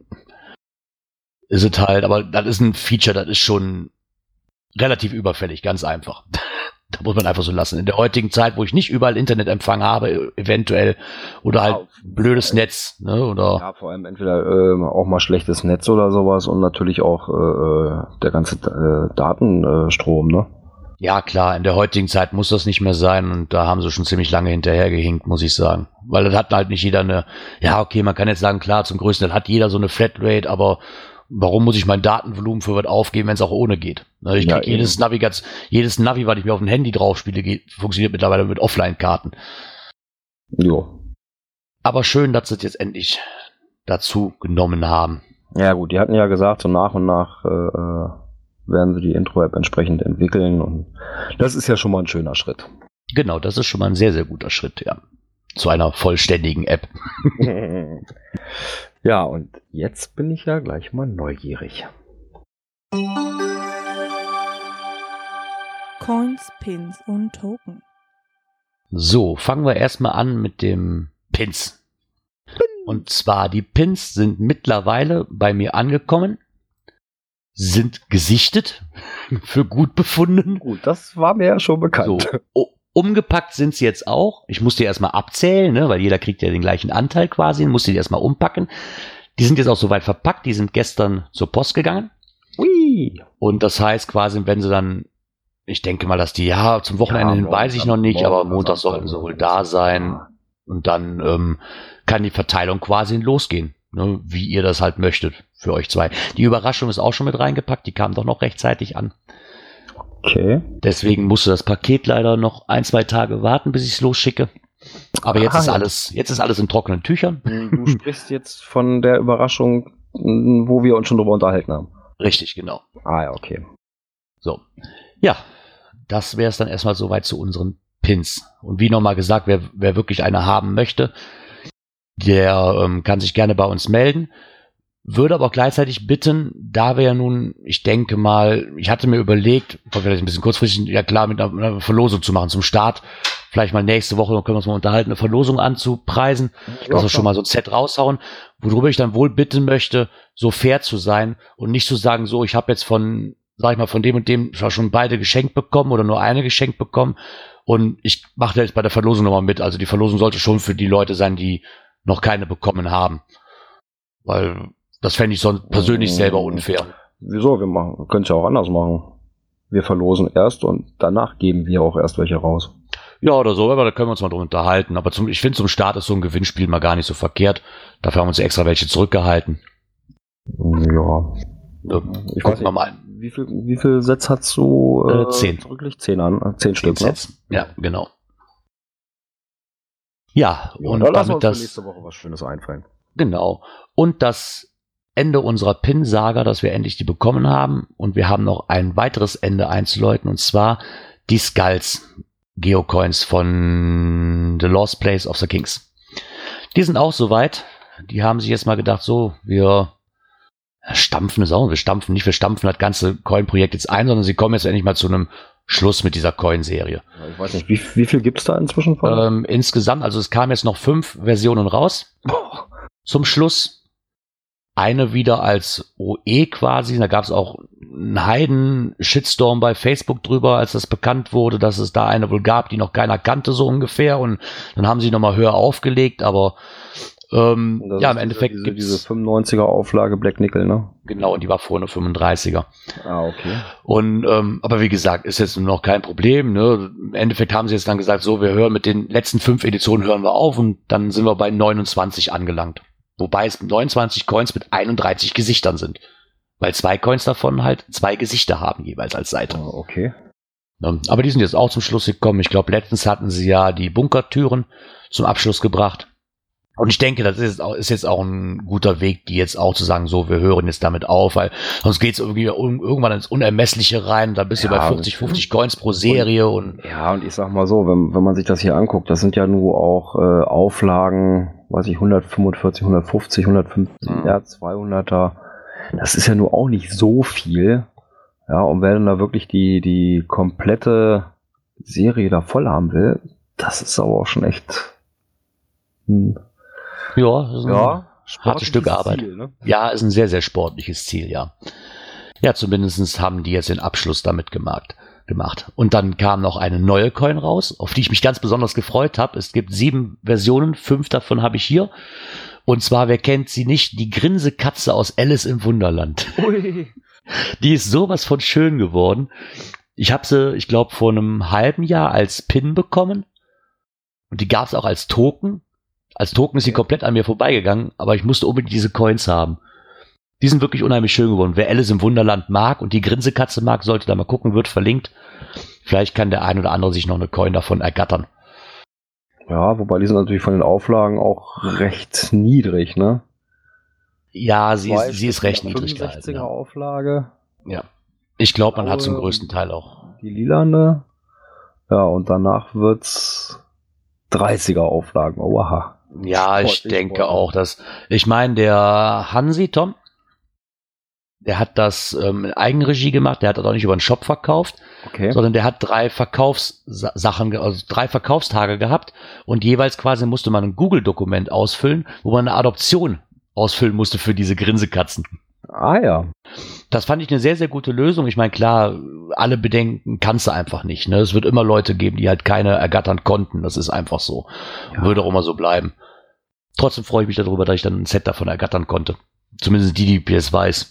ist es halt, aber das ist ein Feature, das ist schon relativ überfällig, ganz einfach. Da muss man einfach so lassen. In der heutigen Zeit, wo ich nicht überall Internetempfang habe, eventuell, oder halt blödes Netz, ne, oder. Ja, vor allem entweder auch mal schlechtes Netz oder sowas und natürlich auch der ganze Datenstrom, ne? Ja, klar, in der heutigen Zeit muss das nicht mehr sein und da haben sie schon ziemlich lange hinterhergehinkt, muss ich sagen. Weil das hat halt nicht jeder okay, man kann jetzt sagen, klar, zum größten Teil hat jeder so eine Flatrate, aber warum muss ich mein Datenvolumen für was aufgeben, wenn es auch ohne geht? Ich krieg jedes Navi, was ich mir auf dem Handy drauf spiele, funktioniert mittlerweile mit Offline-Karten. Jo. Aber schön, dass sie es jetzt endlich dazu genommen haben. Ja gut, die hatten ja gesagt, so nach und nach werden sie die Intro-App entsprechend entwickeln und das ist ja schon mal ein schöner Schritt. Genau, das ist schon mal ein sehr, sehr guter Schritt, ja. Zu einer vollständigen App. Ja, und jetzt bin ich ja gleich mal neugierig. Coins, Pins und Token. So, fangen wir erstmal an mit dem Pins. Und zwar, die Pins sind mittlerweile bei mir angekommen, sind gesichtet, für gut befunden. Gut, das war mir ja schon bekannt. So, Umgepackt sind sie jetzt auch. Ich musste die erstmal abzählen, ne, weil jeder kriegt ja den gleichen Anteil quasi, musste die erstmal umpacken. Die sind jetzt auch soweit verpackt, die sind gestern zur Post gegangen. Ui. Und das heißt quasi, wenn sie dann, ich denke mal, dass die, zum Wochenende hin weiß ich noch nicht, aber Montag sollten sie wohl da sein. Und dann kann die Verteilung quasi losgehen, ne, wie ihr das halt möchtet für euch zwei. Die Überraschung ist auch schon mit reingepackt, die kam doch noch rechtzeitig an. Okay. Deswegen musste das Paket leider noch 1-2 Tage warten, bis ich es losschicke. Aber jetzt ist alles in trockenen Tüchern. Du sprichst jetzt von der Überraschung, wo wir uns schon drüber unterhalten haben. Richtig, genau. Ah ja, okay. So. Ja, das wäre es dann erstmal soweit zu unseren Pins. Und wie nochmal gesagt, wer wirklich eine haben möchte, der kann sich gerne bei uns melden. Würde aber auch gleichzeitig bitten, da wir ja nun, ich denke mal, ich hatte mir überlegt, vielleicht ein bisschen kurzfristig, ja klar, mit einer Verlosung zu machen zum Start. Vielleicht mal nächste Woche, dann können wir uns mal unterhalten, eine Verlosung anzupreisen, dass wir schon mal so ein Set raushauen, worüber ich dann wohl bitten möchte, so fair zu sein und nicht zu sagen, so, ich habe jetzt von dem und dem schon beide geschenkt bekommen oder nur eine geschenkt bekommen und ich mache da jetzt bei der Verlosung nochmal mit. Also die Verlosung sollte schon für die Leute sein, die noch keine bekommen haben. Weil das fände ich sonst persönlich selber unfair. Wieso? Wir können es ja auch anders machen. Wir verlosen erst und danach geben wir auch erst welche raus. Ja, oder so, aber da können wir uns mal drüber unterhalten. Aber ich finde, zum Start ist so ein Gewinnspiel mal gar nicht so verkehrt. Dafür haben wir uns extra welche zurückgehalten. Ja. Ich weiß nicht, mal. Wie viel Sets hast du? 10. Wirklich 10 Stück, Sets. Ja, genau. Ja, und da lassen wir uns für nächste Woche was Schönes einfallen. Genau. Und das Ende unserer Pin-Saga, dass wir endlich die bekommen haben. Und wir haben noch ein weiteres Ende einzuläuten, und zwar die Skulls Geocoins von The Lost Place of the Kings. Die sind auch soweit. Die haben sich jetzt mal gedacht, so, wir stampfen das ganze Coin-Projekt jetzt ein, sondern sie kommen jetzt endlich mal zu einem Schluss mit dieser Coin-Serie. Ich weiß nicht, wie viel gibt es da inzwischen von? Insgesamt, also es kamen jetzt noch 5 Versionen raus. Zum Schluss. Eine wieder als OE quasi. Da gab es auch einen Heiden-Shitstorm bei Facebook drüber, als das bekannt wurde, dass es da eine wohl gab, die noch keiner kannte, so ungefähr. Und dann haben sie nochmal höher aufgelegt, aber im Endeffekt gibt es diese 95er Auflage Black Nickel, ne? Genau, und die war vorne 35er. Ah, okay. Und aber wie gesagt, ist jetzt noch kein Problem, ne? Im Endeffekt haben sie jetzt dann gesagt, so, wir hören mit den letzten 5 Editionen hören wir auf und dann sind wir bei 29 angelangt. Wobei es 29 Coins mit 31 Gesichtern sind. Weil 2 Coins davon halt 2 Gesichter haben jeweils als Seite. Oh, okay. Aber die sind jetzt auch zum Schluss gekommen. Ich glaube, letztens hatten sie ja die Bunkertüren zum Abschluss gebracht. Und ich denke, das ist jetzt auch ein guter Weg, die jetzt auch zu sagen, so, wir hören jetzt damit auf, weil sonst geht es irgendwie irgendwann ins Unermessliche rein, da bist du bei 40, 50 Coins pro Serie. Und ich sag mal so, wenn man sich das hier anguckt, das sind ja nur auch Auflagen, weiß ich, 145, 150, 150, 200er. Das ist ja nur auch nicht so viel. Ja, und wer dann da wirklich die komplette Serie da voll haben will, das ist aber auch schon echt... Ja, das ist ein hartes Stück Arbeit. Ziel, ne? Ja, ist ein sehr, sehr sportliches Ziel, ja. Ja, zumindest haben die jetzt den Abschluss damit gemacht. Und dann kam noch eine neue Coin raus, auf die ich mich ganz besonders gefreut habe. Es gibt 7 Versionen, 5 davon habe ich hier. Und zwar, wer kennt sie nicht, die Grinsekatze aus Alice im Wunderland. Ui. Die ist sowas von schön geworden. Ich habe sie, ich glaube, vor einem halben Jahr als Pin bekommen. Und die gab es auch als Token. Als Token ist sie komplett an mir vorbeigegangen, aber ich musste unbedingt diese Coins haben. Die sind wirklich unheimlich schön geworden. Wer Alice im Wunderland mag und die Grinsekatze mag, sollte da mal gucken, wird verlinkt. Vielleicht kann der ein oder andere sich noch eine Coin davon ergattern. Ja, wobei die sind natürlich von den Auflagen auch recht niedrig, ne? Ja, sie ist recht niedrig gehalten. 65er Auflage. Ja. Ich glaube, man hat zum größten Teil auch. Die lilane. Ja, und danach wird's 30er Auflagen. Oha. Ja, ich denke auch, dass, ich meine, der Hansi Tom, der hat das in Eigenregie gemacht, der hat das auch nicht über den Shop verkauft, sondern der hat 3 Verkaufstage gehabt und jeweils quasi musste man ein Google-Dokument ausfüllen, wo man eine Adoption ausfüllen musste für diese Grinsekatzen. Ah ja. Das fand ich eine sehr, sehr gute Lösung. Ich meine, klar, alle Bedenken kannst du einfach nicht. Ne? Es wird immer Leute geben, die halt keine ergattern konnten. Das ist einfach so. Ja. Würde auch immer so bleiben. Trotzdem freue ich mich darüber, dass ich dann ein Set davon ergattern konnte. Zumindest die es weiß.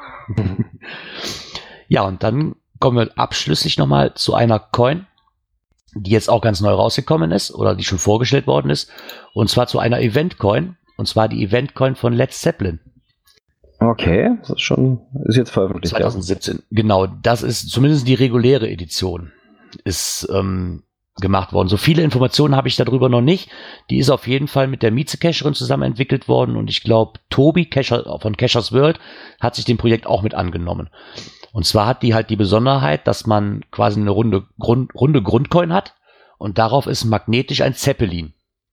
Ja, und dann kommen wir abschließlich nochmal zu einer Coin, die jetzt auch ganz neu rausgekommen ist oder die schon vorgestellt worden ist. Und zwar zu einer Event-Coin. Und zwar die Event-Coin von Led Zeppelin. Okay, das ist jetzt veröffentlicht. 2017. Ja. Genau, das ist zumindest die reguläre Edition ist gemacht worden. So viele Informationen habe ich darüber noch nicht. Die ist auf jeden Fall mit der Mieze-Cacherin zusammen entwickelt worden und ich glaube, Tobi von Cachers World hat sich dem Projekt auch mit angenommen. Und zwar hat die halt die Besonderheit, dass man quasi eine runde Grundcoin hat und darauf ist magnetisch ein Zeppelin.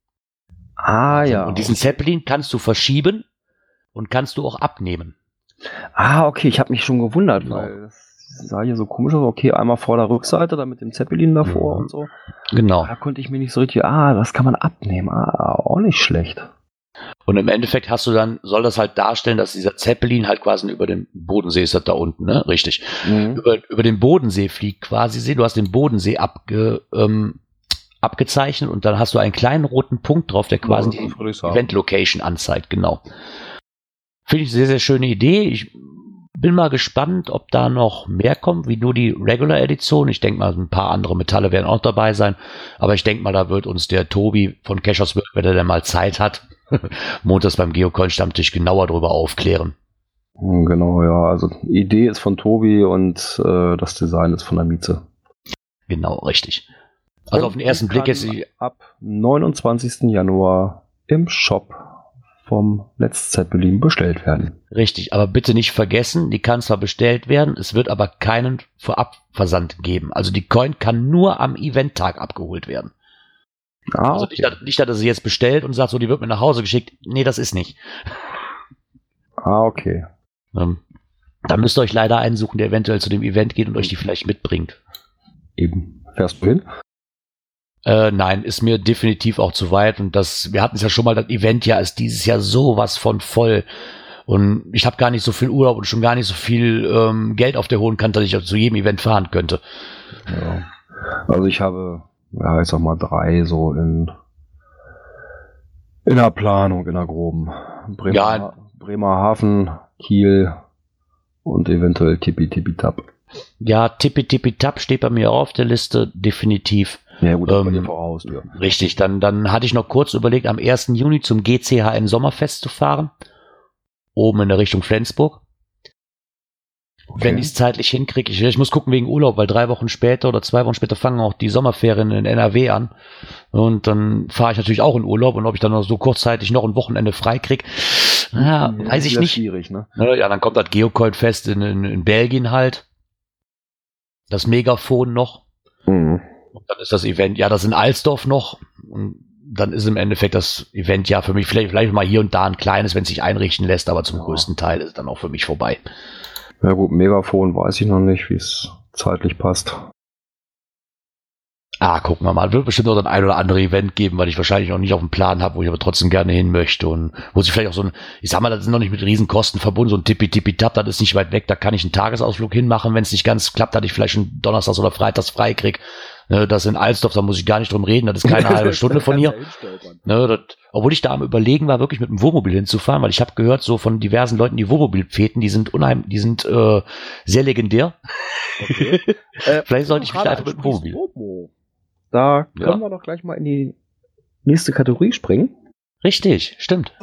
Ah ja. Und diesen Zeppelin kannst du verschieben und kannst du auch abnehmen. Ah, okay, ich habe mich schon gewundert, Genau. weil das sah hier so komisch aus. Okay, einmal vor der Rückseite, dann mit dem Zeppelin davor und so. Genau. Da konnte ich mir nicht so richtig, das kann man abnehmen. Auch nicht schlecht. Und im Endeffekt soll das halt darstellen, dass dieser Zeppelin halt quasi über dem Bodensee ist, das da unten, ne? Richtig. Mhm. Über den Bodensee fliegt quasi, du hast den Bodensee abgezeichnet und dann hast du einen kleinen roten Punkt drauf, der quasi die Event-Location anzeigt, genau. Finde ich eine sehr, sehr schöne Idee. Ich bin mal gespannt, ob da noch mehr kommt, wie nur die Regular-Edition. Ich denke mal, ein paar andere Metalle werden auch dabei sein, aber ich denke mal, da wird uns der Tobi von Cachers World, wenn er denn mal Zeit hat, montags beim Geocoin-Stammtisch genauer darüber aufklären. Genau, ja, also die Idee ist von Tobi und das Design ist von der Mieze. Genau, richtig. Also auf den ersten Blick ist sie ab 29. Januar im Shop vom Led Zeppelin bestellt werden. richtig, aber bitte nicht vergessen, die kann zwar bestellt werden, es wird aber keinen Vorabversand geben. Also die Coin kann nur am Eventtag abgeholt werden. Also Okay. nicht, dass er sie jetzt bestellt und sagt, so, die wird mir nach Hause geschickt. Nee, das ist nicht. Okay. Da müsst ihr euch leider einen suchen, der eventuell zu dem Event geht und euch die vielleicht mitbringt. Eben. Fährst du hin? Nein, ist mir definitiv auch zu weit. Und wir hatten es ja schon mal, das Eventjahr ist dieses Jahr sowas von voll. Und ich habe gar nicht so viel Urlaub und schon gar nicht so viel Geld auf der hohen Kante, dass ich zu jedem Event fahren könnte. Ja. Also ich habe, ich sag mal 3 so in der Planung, in der groben. Bremerhaven, Kiel und eventuell Tipi-Tipi-Tap. Ja, Tipi-Tipi-Tap steht bei mir auch auf der Liste, definitiv. Ja gut, das bei dir voraus, ja. Richtig, dann hatte ich noch kurz überlegt, am 1. Juni zum GCHN Sommerfest zu fahren. Oben in der Richtung Flensburg. Okay. Wenn ich es zeitlich hinkriege. Ich muss gucken wegen Urlaub, weil 3 Wochen später oder 2 Wochen später fangen auch die Sommerferien in NRW an. Und dann fahre ich natürlich auch in Urlaub. Und ob ich dann noch so kurzzeitig noch ein Wochenende frei kriege, weiß ich nicht. Schwierig, ne? Ja, dann kommt das Geocoin-Fest in Belgien halt. Das Megafon noch. Mhm. Und dann ist das Event, ja, das in Alsdorf noch. Und dann ist im Endeffekt das Event ja für mich vielleicht mal hier und da ein kleines, wenn es sich einrichten lässt, aber zum größten Teil ist es dann auch für mich vorbei. Ja gut, Megafon weiß ich noch nicht, wie es zeitlich passt. Gucken wir mal. Wird bestimmt noch ein oder andere Event geben, weil ich wahrscheinlich noch nicht auf dem Plan habe, wo ich aber trotzdem gerne hin möchte und wo sich vielleicht auch ich sag mal, das sind noch nicht mit Riesenkosten verbunden, so ein Tippi-Tippi-Tap, das ist nicht weit weg, da kann ich einen Tagesausflug hinmachen, wenn es nicht ganz klappt, dass ich vielleicht schon donnerstags oder freitags frei krieg. Das in Alsdorf, da muss ich gar nicht drum reden, das ist keine halbe Stunde von hier. Obwohl ich da am Überlegen war, wirklich mit dem Wohnmobil hinzufahren, weil ich habe gehört, so von diversen Leuten, die Wohnmobilpfeten, die sind sehr legendär. Okay. Vielleicht sollte ich mich da einfach mit dem Wohnmobil. Da können wir doch gleich mal in die nächste Kategorie springen. Richtig, stimmt.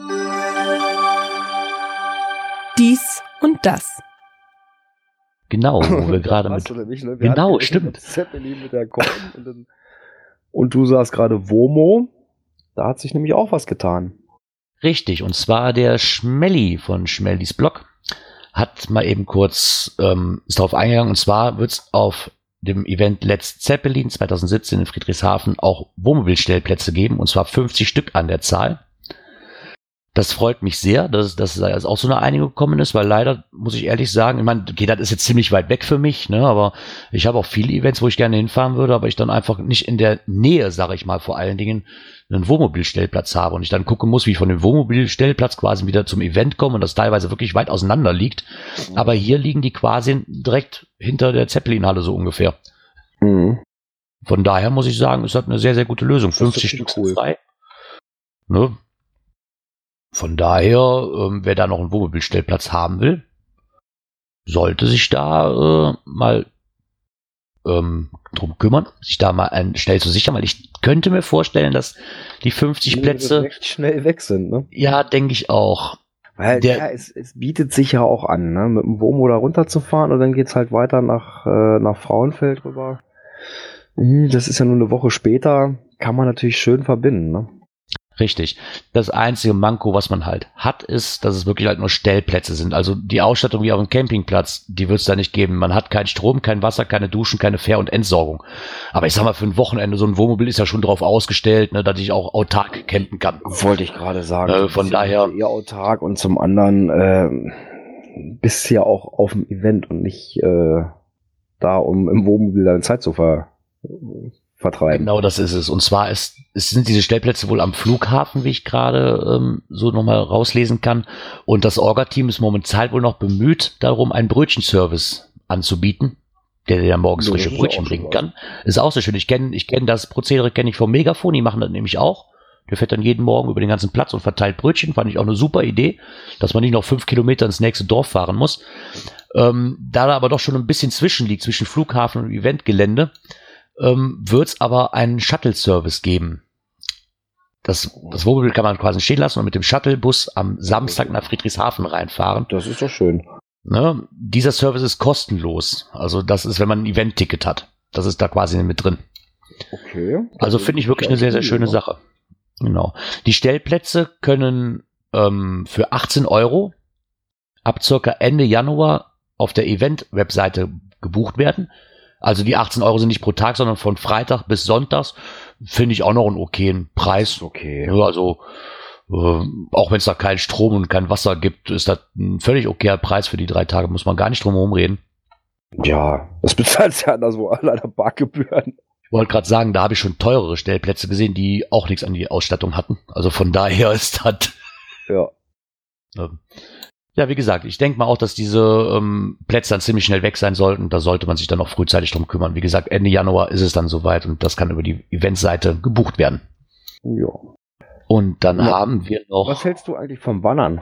Dies und das. Genau, wo wir gerade mit... Genau, stimmt. Zeppelin mit der Coin und du sagst gerade Womo. Da hat sich nämlich auch was getan. Richtig, und zwar der Schmelly von Schmellys Blog hat mal eben kurz ist darauf eingegangen, und zwar wird es auf dem Event Led Zeppelin 2017 in Friedrichshafen auch Wohnmobilstellplätze geben, und zwar 50 Stück an der Zahl. Das freut mich sehr, dass da auch so eine Einigung gekommen ist, weil leider, muss ich ehrlich sagen, ich meine, okay, das ist jetzt ziemlich weit weg für mich, ne, aber ich habe auch viele Events, wo ich gerne hinfahren würde, aber ich dann einfach nicht in der Nähe, sage ich mal, vor allen Dingen einen Wohnmobilstellplatz habe und ich dann gucken muss, wie ich von dem Wohnmobilstellplatz quasi wieder zum Event komme und das teilweise wirklich weit auseinander liegt. Aber hier liegen die quasi direkt hinter der Zeppelin-Halle so ungefähr. Mhm. Von daher muss ich sagen, ist das eine sehr, sehr gute Lösung. 50 Stück sind frei. Ne? Von daher, wer da noch einen Wohnmobilstellplatz haben will, sollte sich da mal drum kümmern, sich da mal schnell zu sichern, weil ich könnte mir vorstellen, dass die 50 Plätze recht schnell weg sind, ne? Ja, denke ich auch. Weil es bietet sich ja auch an, ne? Mit dem Womo da runterzufahren und dann geht's halt weiter nach Frauenfeld rüber. Das ist ja nur eine Woche später, kann man natürlich schön verbinden, ne? Richtig. Das einzige Manko, was man halt hat, ist, dass es wirklich halt nur Stellplätze sind. Also die Ausstattung wie auf dem Campingplatz, die wird es da nicht geben. Man hat keinen Strom, kein Wasser, keine Duschen, keine Fähr- und Entsorgung. Aber ich sag mal, für ein Wochenende, so ein Wohnmobil ist ja schon drauf ausgestellt, ne, dass ich auch autark campen kann. Wollte ich gerade sagen. Von daher eher autark und zum anderen bist ja auch auf dem Event und nicht da, um im Wohnmobil deine Zeit zu vertreiben. Genau, das ist es. Und zwar sind diese Stellplätze wohl am Flughafen, wie ich gerade so nochmal rauslesen kann. Und das Orga-Team ist momentan wohl noch bemüht, darum einen Brötchenservice anzubieten, der dir morgens frische Brötchen bringen kann. Ist auch so schön. Ich kenne das Prozedere kenne ich vom Megafon, die machen das nämlich auch. Der fährt dann jeden Morgen über den ganzen Platz und verteilt Brötchen. Fand ich auch eine super Idee, dass man nicht noch 5 Kilometer ins nächste Dorf fahren muss. Da da aber doch schon ein bisschen liegt, zwischen Flughafen und Eventgelände, wird es aber einen Shuttle-Service geben. Das Wohnmobil kann man quasi stehen lassen und mit dem Shuttlebus am Samstag nach Friedrichshafen reinfahren. Das ist doch schön. Ne? Dieser Service ist kostenlos. Also das ist, wenn man ein Event-Ticket hat. Das ist da quasi mit drin. Okay. Also finde ich wirklich eine sehr, sehr schöne Sache. Genau. Die Stellplätze können für 18 € ab circa Ende Januar auf der Event-Webseite gebucht werden. Also die 18 € sind nicht pro Tag, sondern von Freitag bis Sonntags. Finde ich auch noch einen okayen Preis. Okay. Ja, also auch wenn es da keinen Strom und kein Wasser gibt, ist das ein völlig okayer Preis für die 3 Tage. Muss man gar nicht drum herum reden. Ja, das bezahlt ja anderswo leider Parkgebühren. Ich wollte gerade sagen, da habe ich schon teurere Stellplätze gesehen, die auch nichts an die Ausstattung hatten. Also von daher ist das... Ja. Ja, wie gesagt, ich denke mal auch, dass diese Plätze dann ziemlich schnell weg sein sollten. Da sollte man sich dann noch frühzeitig drum kümmern. Wie gesagt, Ende Januar ist es dann soweit und das kann über die Eventseite gebucht werden. Ja. Und dann haben wir noch... Was hältst du eigentlich vom Bannern?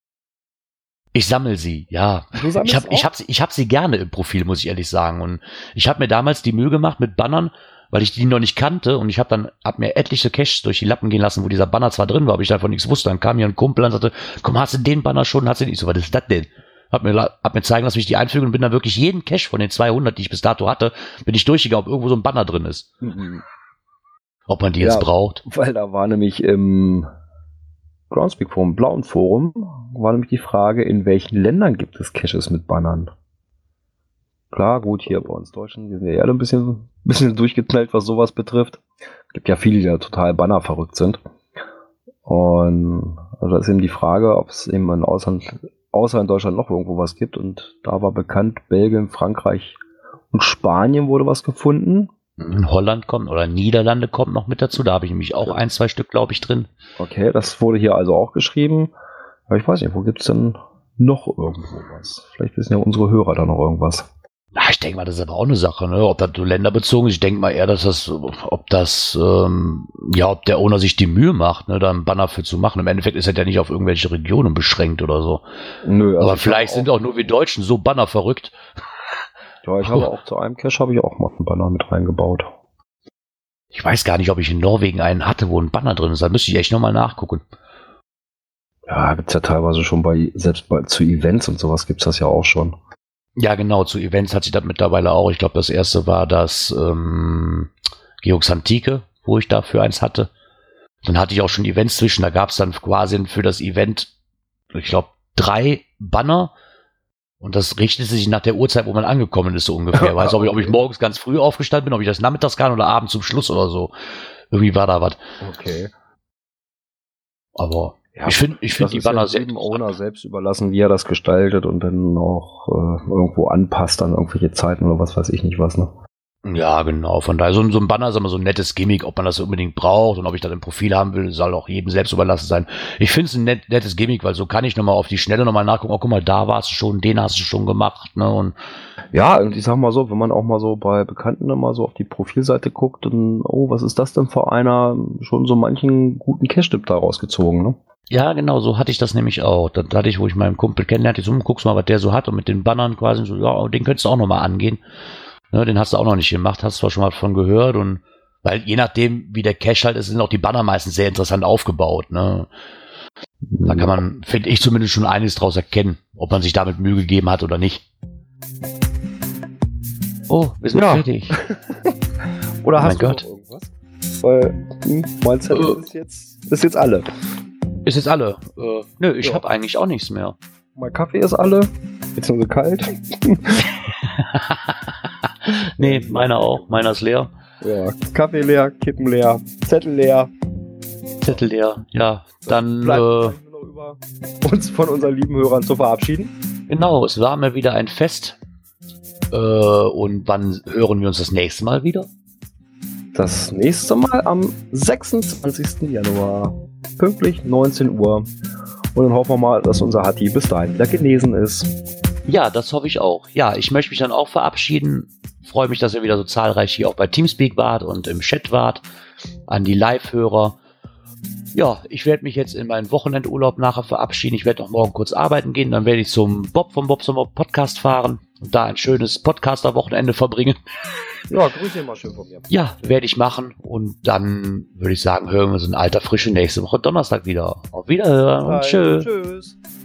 Ich sammle sie, ja. Ich hab sie gerne im Profil, muss ich ehrlich sagen. Und ich habe mir damals die Mühe gemacht mit Bannern, weil ich die noch nicht kannte. Und ich hab mir etliche Caches durch die Lappen gehen lassen, wo dieser Banner zwar drin war, aber ich davon nichts wusste. Dann kam hier ein Kumpel und sagte, komm, hast du den Banner schon? Hast du den? Ich so, was ist das denn? Hab mir zeigen lassen, wie ich die einfüge und bin dann wirklich jeden Cache von den 200, die ich bis dato hatte, bin ich durchgegangen, ob irgendwo so ein Banner drin ist. Mhm. Ob man die jetzt braucht. Weil da war nämlich im Groundspeak Forum, blauen Forum, war nämlich die Frage, in welchen Ländern gibt es Caches mit Bannern? Klar, gut, hier bei uns Deutschen, wir sind ja alle ein bisschen durchgeknallt, was sowas betrifft. Gibt ja viele, die ja total Banner verrückt sind. Und also da ist eben die Frage, ob es eben außer in Deutschland noch irgendwo was gibt. Und da war bekannt, Belgien, Frankreich und Spanien wurde was gefunden. In Holland kommt oder Niederlande kommt noch mit dazu. Da habe ich nämlich auch 1, 2 Stück, glaube ich, drin. Okay, das wurde hier also auch geschrieben. Aber ich weiß nicht, wo gibt es denn noch irgendwo was? Vielleicht wissen ja unsere Hörer da noch irgendwas. Ja, ich denke mal, das ist aber auch eine Sache, ne? Ob das so länderbezogen ist. Ich denke mal eher, dass ob der Owner sich die Mühe macht, ne, da einen Banner für zu machen. Im Endeffekt ist er ja nicht auf irgendwelche Regionen beschränkt oder so. Nö, also aber vielleicht sind auch nur wir Deutschen so Banner verrückt. Ja, ich habe auch zu einem Cache auch mal einen Banner mit reingebaut. Ich weiß gar nicht, ob ich in Norwegen einen hatte, wo ein Banner drin ist. Da müsste ich echt nochmal nachgucken. Ja, gibt's ja teilweise schon zu Events und sowas gibt's das ja auch schon. Ja, genau, zu Events hat sich das mittlerweile auch. Ich glaube, das erste war das Geox Antike, wo ich dafür eins hatte. Dann hatte ich auch schon Events zwischen. Da gab es dann quasi für das Event, ich glaube, 3 Banner. Und das richtete sich nach der Uhrzeit, wo man angekommen ist, so ungefähr. Weiß ob ich morgens ganz früh aufgestanden bin, ob ich das nachmittags kann oder abends zum Schluss oder so. Irgendwie war da was. Okay. Aber Ja, ich finde die Banner sehr dem Owner selbst überlassen, wie er das gestaltet und dann auch irgendwo anpasst an irgendwelche Zeiten oder was weiß ich nicht was, ne? Ja, genau. Von daher, so ein Banner ist immer so ein nettes Gimmick, ob man das unbedingt braucht und ob ich das im Profil haben will, soll auch jedem selbst überlassen sein. Ich finde es ein nettes Gimmick, weil so kann ich nochmal auf die Schnelle nochmal nachgucken, oh, guck mal, da warst du schon, den hast du schon gemacht, ne? Und ja, und ich sag mal so, wenn man auch mal so bei Bekannten immer so auf die Profilseite guckt, dann, oh, was ist das denn für einer? Schon so manchen guten Cash-Tipp da rausgezogen, ne? ja, genau, so hatte ich das nämlich auch. Da hatte ich, wo ich meinen Kumpel kennenlernte, so, guckst mal, was der so hat und mit den Bannern quasi so, ja, den könntest du auch nochmal angehen. Ne, den hast du auch noch nicht gemacht, hast zwar schon mal von gehört und weil je nachdem, wie der Cache halt ist, sind auch die Banner meistens sehr interessant aufgebaut. Ne? Da kann man, finde ich zumindest, schon einiges draus erkennen, ob man sich damit Mühe gegeben hat oder nicht. Oh, wir sind fertig. Oder hast du Gott. noch irgendwas? Weil mein Zettel ist jetzt alle. Ist jetzt alle? Nö, ich habe eigentlich auch nichts mehr. Mein Kaffee ist alle, beziehungsweise kalt. Nee, meiner auch. Meiner ist leer. Ja, Kaffee leer, Kippen leer, Zettel leer. Zettel leer. Ja, dann Bleibt nur noch über uns von unseren lieben Hörern zu verabschieden. Genau, es war mir wieder ein Fest. Und wann hören wir uns das nächste Mal wieder? Das nächste Mal am 26. Januar, pünktlich 19 Uhr. Und dann hoffen wir mal, dass unser Hatti bis dahin wieder genesen ist. Ja, das hoffe ich auch. Ja, ich möchte mich dann auch verabschieden. Freue mich, dass ihr wieder so zahlreich hier auch bei Teamspeak wart und im Chat wart. An die Live-Hörer. Ja, ich werde mich jetzt in meinen Wochenendurlaub nachher verabschieden. Ich werde noch morgen kurz arbeiten gehen. Dann werde ich zum Bob vom Bob zum Bob Podcast fahren und da ein schönes Podcaster-Wochenende verbringen. Ja, grüße ihn mal schön von mir. Ja, werde ich machen. Und dann würde ich sagen, hören wir uns in alter Frische nächste Woche Donnerstag wieder. Auf Wiederhören und tschüss. Tschüss.